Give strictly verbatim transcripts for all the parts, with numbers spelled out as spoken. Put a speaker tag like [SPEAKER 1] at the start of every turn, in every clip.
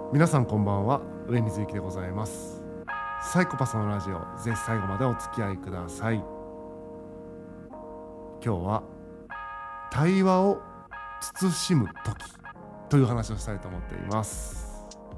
[SPEAKER 1] 皆さんこんばんは、上水幸でございます。サイコパスのラジオ、ぜひ最後までお付き合いください。今日は対話を慎む時という話をしたいと思っています。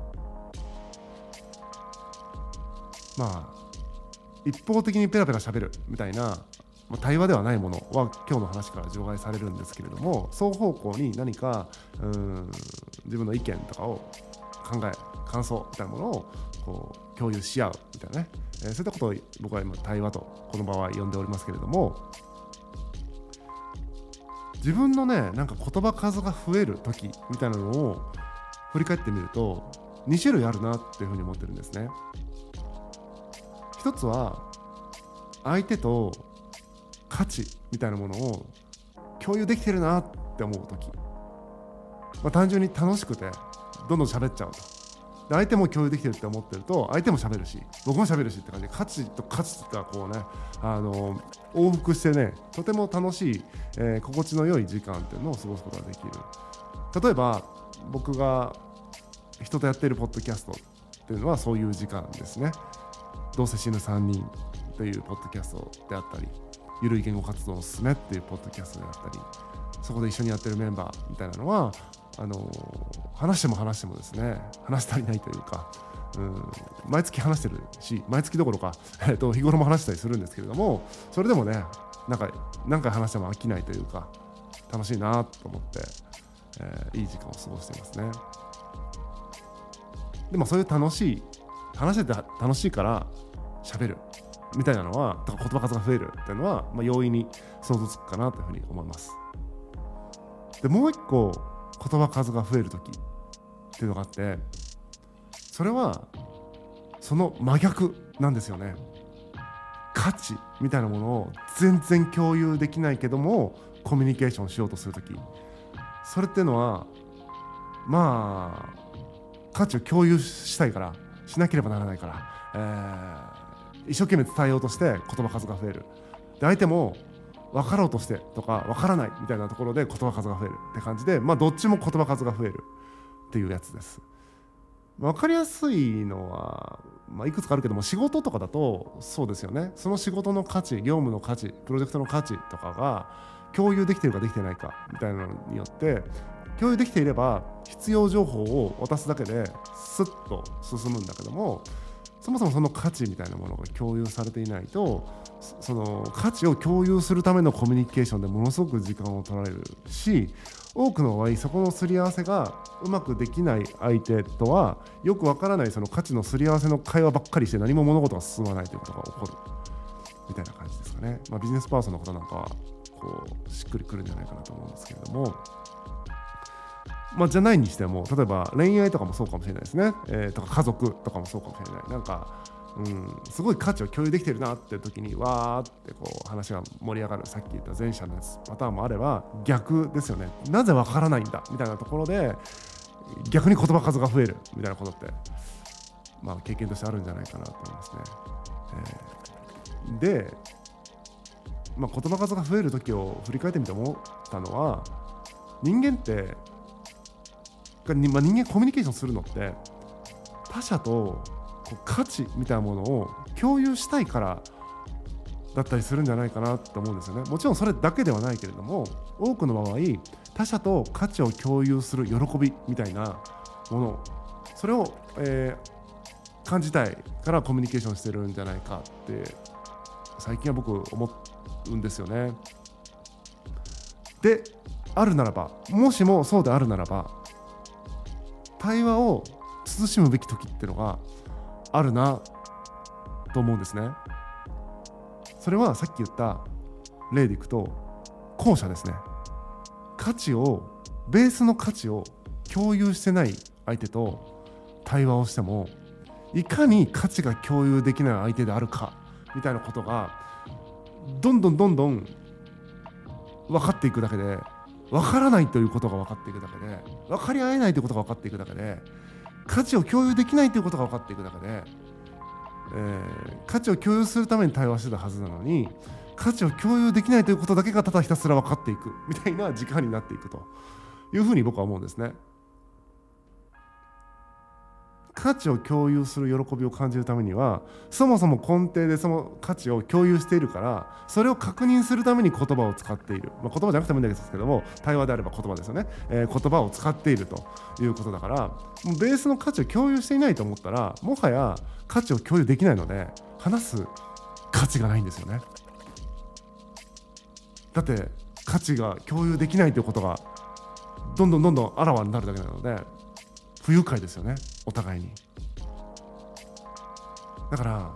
[SPEAKER 1] まあ一方的にペラペラ喋るみたいな対話ではないものは今日の話から除外されるんですけれども、双方向に何かうーん自分の意見とかを考え感想みたいなものをこう共有し合うみたいなね、えー、そういったことを僕は今対話とこの場は呼んでおりますけれども、自分のねなんか言葉数が増える時みたいなのを振り返ってみるとに種類あるなっていうふうに思ってるんですね。一つは相手と価値みたいなものを共有できてるなって思う時、まあ、単純に楽しくてどんどん喋っちゃうと。で相手も共有できてるって思ってると相手も喋るし僕も喋るしって感じで価値と価値がこうねあの往復してね、とても楽しい、えー、心地の良い時間っていうのを過ごすことができる。例えば僕が人とやっているポッドキャストっていうのはそういう時間ですね。どうせ死ぬさんにんというポッドキャストであったり、ゆるい言語活動のすすめっていうポッドキャストであったり、そこで一緒にやってるメンバーみたいなのはあの話しても話してもですね話し足りないというか、うん毎月話してるし、毎月どころか、えっと、日頃も話したりするんですけれども、それでもねなんか何回話しても飽きないというか楽しいなと思って、えー、いい時間を過ごしていますね。でもそういう楽しい話してて楽しいから喋るみたいなのはとか言葉数が増えるっていうのは、まあ、容易に想像つくかなというふうに思います。でもう一個言葉数が増える時っていうのがあって、それはその真逆なんですよね。価値みたいなものを全然共有できないけどもコミュニケーションしようとする時、それっていうのはまあ価値を共有したいからしなければならないから、えー、一生懸命伝えようとして言葉数が増える。で相手も分かろうとしてとか分からないみたいなところで言葉数が増えるって感じで、まあどっちも言葉数が増えるっていうやつです。分かりやすいのは、まあ、いくつかあるけども、仕事とかだとそうですよね。その仕事の価値、業務の価値、プロジェクトの価値とかが共有できているかできていないかみたいなのによって、共有できていれば必要情報を渡すだけでスッと進むんだけども、そもそもその価値みたいなものが共有されていないと、その価値を共有するためのコミュニケーションでものすごく時間を取られるし、多くの場合そこのすり合わせがうまくできない相手とはよくわからないその価値のすり合わせの会話ばっかりして何も物事が進まないということが起こるみたいな感じですかね。まあ、ビジネスパーソンの方なんかはこうしっくりくるんじゃないかなと思うんですけれども、まあ、じゃないにしても例えば恋愛とかもそうかもしれないですね、えー、とか家族とかもそうかもしれない。なんかうん、すごい価値を共有できてるなっていう時にわーってこう話が盛り上がる、さっき言った前者のパターンもあれば逆ですよね。なぜわからないんだみたいなところで逆に言葉数が増えるみたいなことって、まあ、経験としてあるんじゃないかなと思いますね。えー、で、まあ、言葉数が増える時を振り返ってみて思ったのは、人間ってまあ、人間コミュニケーションするのって他者とこう価値みたいなものを共有したいからだったりするんじゃないかなと思うんですよね。もちろんそれだけではないけれども、多くの場合他者と価値を共有する喜びみたいなもの、それを、えー、感じたいからコミュニケーションしてるんじゃないかって最近は僕思うんですよね。であるならば、もしもそうであるならば、対話を慎むべき時っていうのがあるなと思うんですね。それはさっき言った例でいくと後者ですね。価値をベースの価値を共有してない相手と対話をしても、いかに価値が共有できない相手であるかみたいなことがどんどんどんどん分かっていくだけで、分からないということが分かっていくだけで、分かり合えないということが分かっていくだけで、価値を共有できないということが分かっていくだけで、えー、価値を共有するために対話してたはずなのに、価値を共有できないということだけがただひたすら分かっていくみたいな時間になっていくというふうに僕は思うんですね。 価値を共有する喜びを感じるためには、そもそも根底でその価値を共有しているから、それを確認するために言葉を使っている、まあ、言葉じゃなくてもいいんですけども、対話であれば言葉ですよね、えー、言葉を使っているということだから、もうベースの価値を共有していないと思ったら、もはや価値を共有できないので話す価値がないんですよね。だって価値が共有できないということがどんどんどんどんあらわになるだけなので、不愉快ですよね、お互いに。だから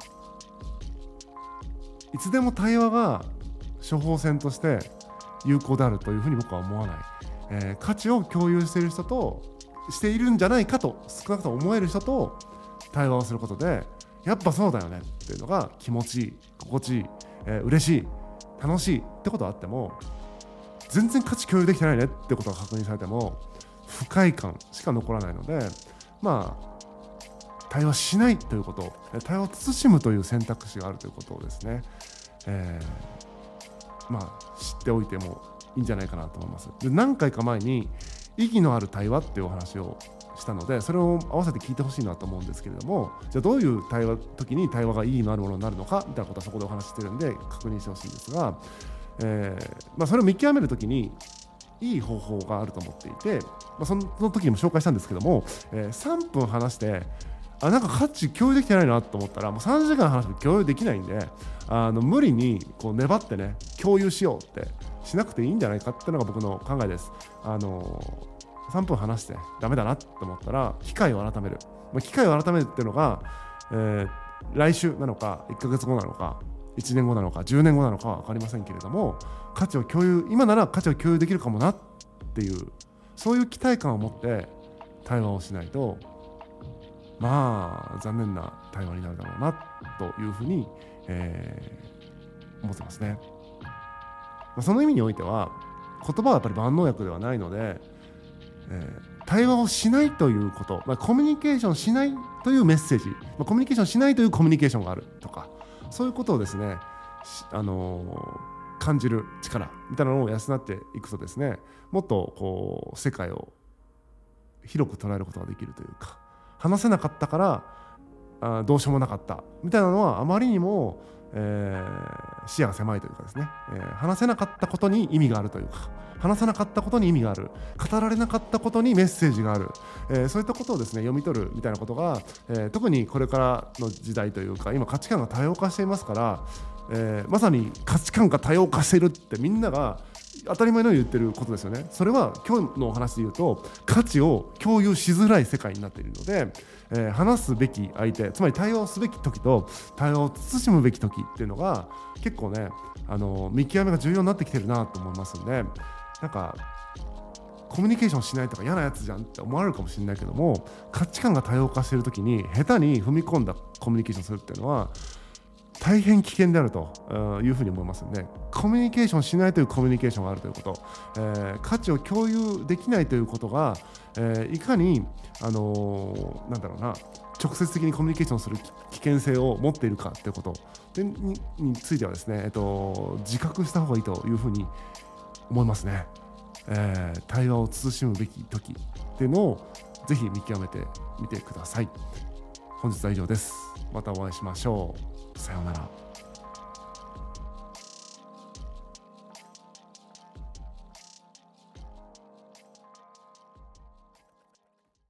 [SPEAKER 1] いつでも対話が処方箋として有効であるというふうに僕は思わない、えー、価値を共有している人としているんじゃないかと少なくとも思える人と対話をすることで、やっぱそうだよねっていうのが気持ちいい、心地いい、えー、嬉しい、楽しいってことはあっても、全然価値共有できてないねってことが確認されても不快感しか残らないので、まあ対話しないということ、対話を慎むという選択肢があるということをですね、えー、まあ知っておいてもいいんじゃないかなと思います。で、何回か前に意義のある対話っていうお話をしたので、それを合わせて聞いてほしいなと思うんですけれども、じゃあどういう対話時に対話が意義のあるものになるのかみたいなことはそこでお話ししてるんで確認してほしいんですが、えーまあ、それを見極めるときにいい方法があると思っていて、まあ、その時にも紹介したんですけども、えー、さんぷん話してあなんか価値共有できてないなと思ったらもうさんじかん話して共有できないんで、あの無理にこう粘ってね共有しようってしなくていいんじゃないかっていうのが僕の考えです。あのー、さんぷん話してダメだなと思ったら機会を改める、まあ、機会を改めるっていうのが、えー、来週なのかいっかげつごなのかいちねんごなのかじゅうねんごなのかは分かりませんけれども、価値を共有今なら価値を共有できるかもなっていうそういう期待感を持って対話をしないと、まあ残念な対話になるだろうなというふうに、えー、思ってますね。まあ、その意味においては言葉はやっぱり万能薬ではないので、えー、対話をしないということ、まあ、コミュニケーションしないというメッセージ、まあ、コミュニケーションしないというコミュニケーションがあるとか、そういうことをですね、あのー、感じる力みたいなのを養っていくとですね、もっとこう世界を広く捉えることができるというか、話せなかったからあどうしようもなかったみたいなのはあまりにも、えー、視野が狭いというかですね、えー、話せなかったことに意味があるというか、話さなかったことに意味がある、語られなかったことにメッセージがある、えー、そういったことをですね読み取るみたいなことが、えー、特にこれからの時代というか今価値観が多様化していますから、えー、まさに価値観が多様化しているってみんなが当たり前のように言ってることですよね。それは今日のお話で言うと価値を共有しづらい世界になっているので、えー、話すべき相手、つまり対話をすべき時と対話を慎むべき時っていうのが結構ね、あの見極めが重要になってきてるなと思いますので、なんかコミュニケーションしないとか嫌なやつじゃんって思われるかもしれないけども、価値観が多様化している時に下手に踏み込んだコミュニケーションするっていうのは大変危険であるというふうに思いますので、コミュニケーションしないというコミュニケーションがあるということ、えー、価値を共有できないということが、えー、いかに、あのー、なんだろうな直接的にコミュニケーションする危険性を持っているかということで に, についてはですね、えっと、自覚した方がいいというふうに思いますね。えー、対話を慎むべき時っていうのをぜひ見極めてみてください。本日は以上です。またお会いしましょう。さようなら。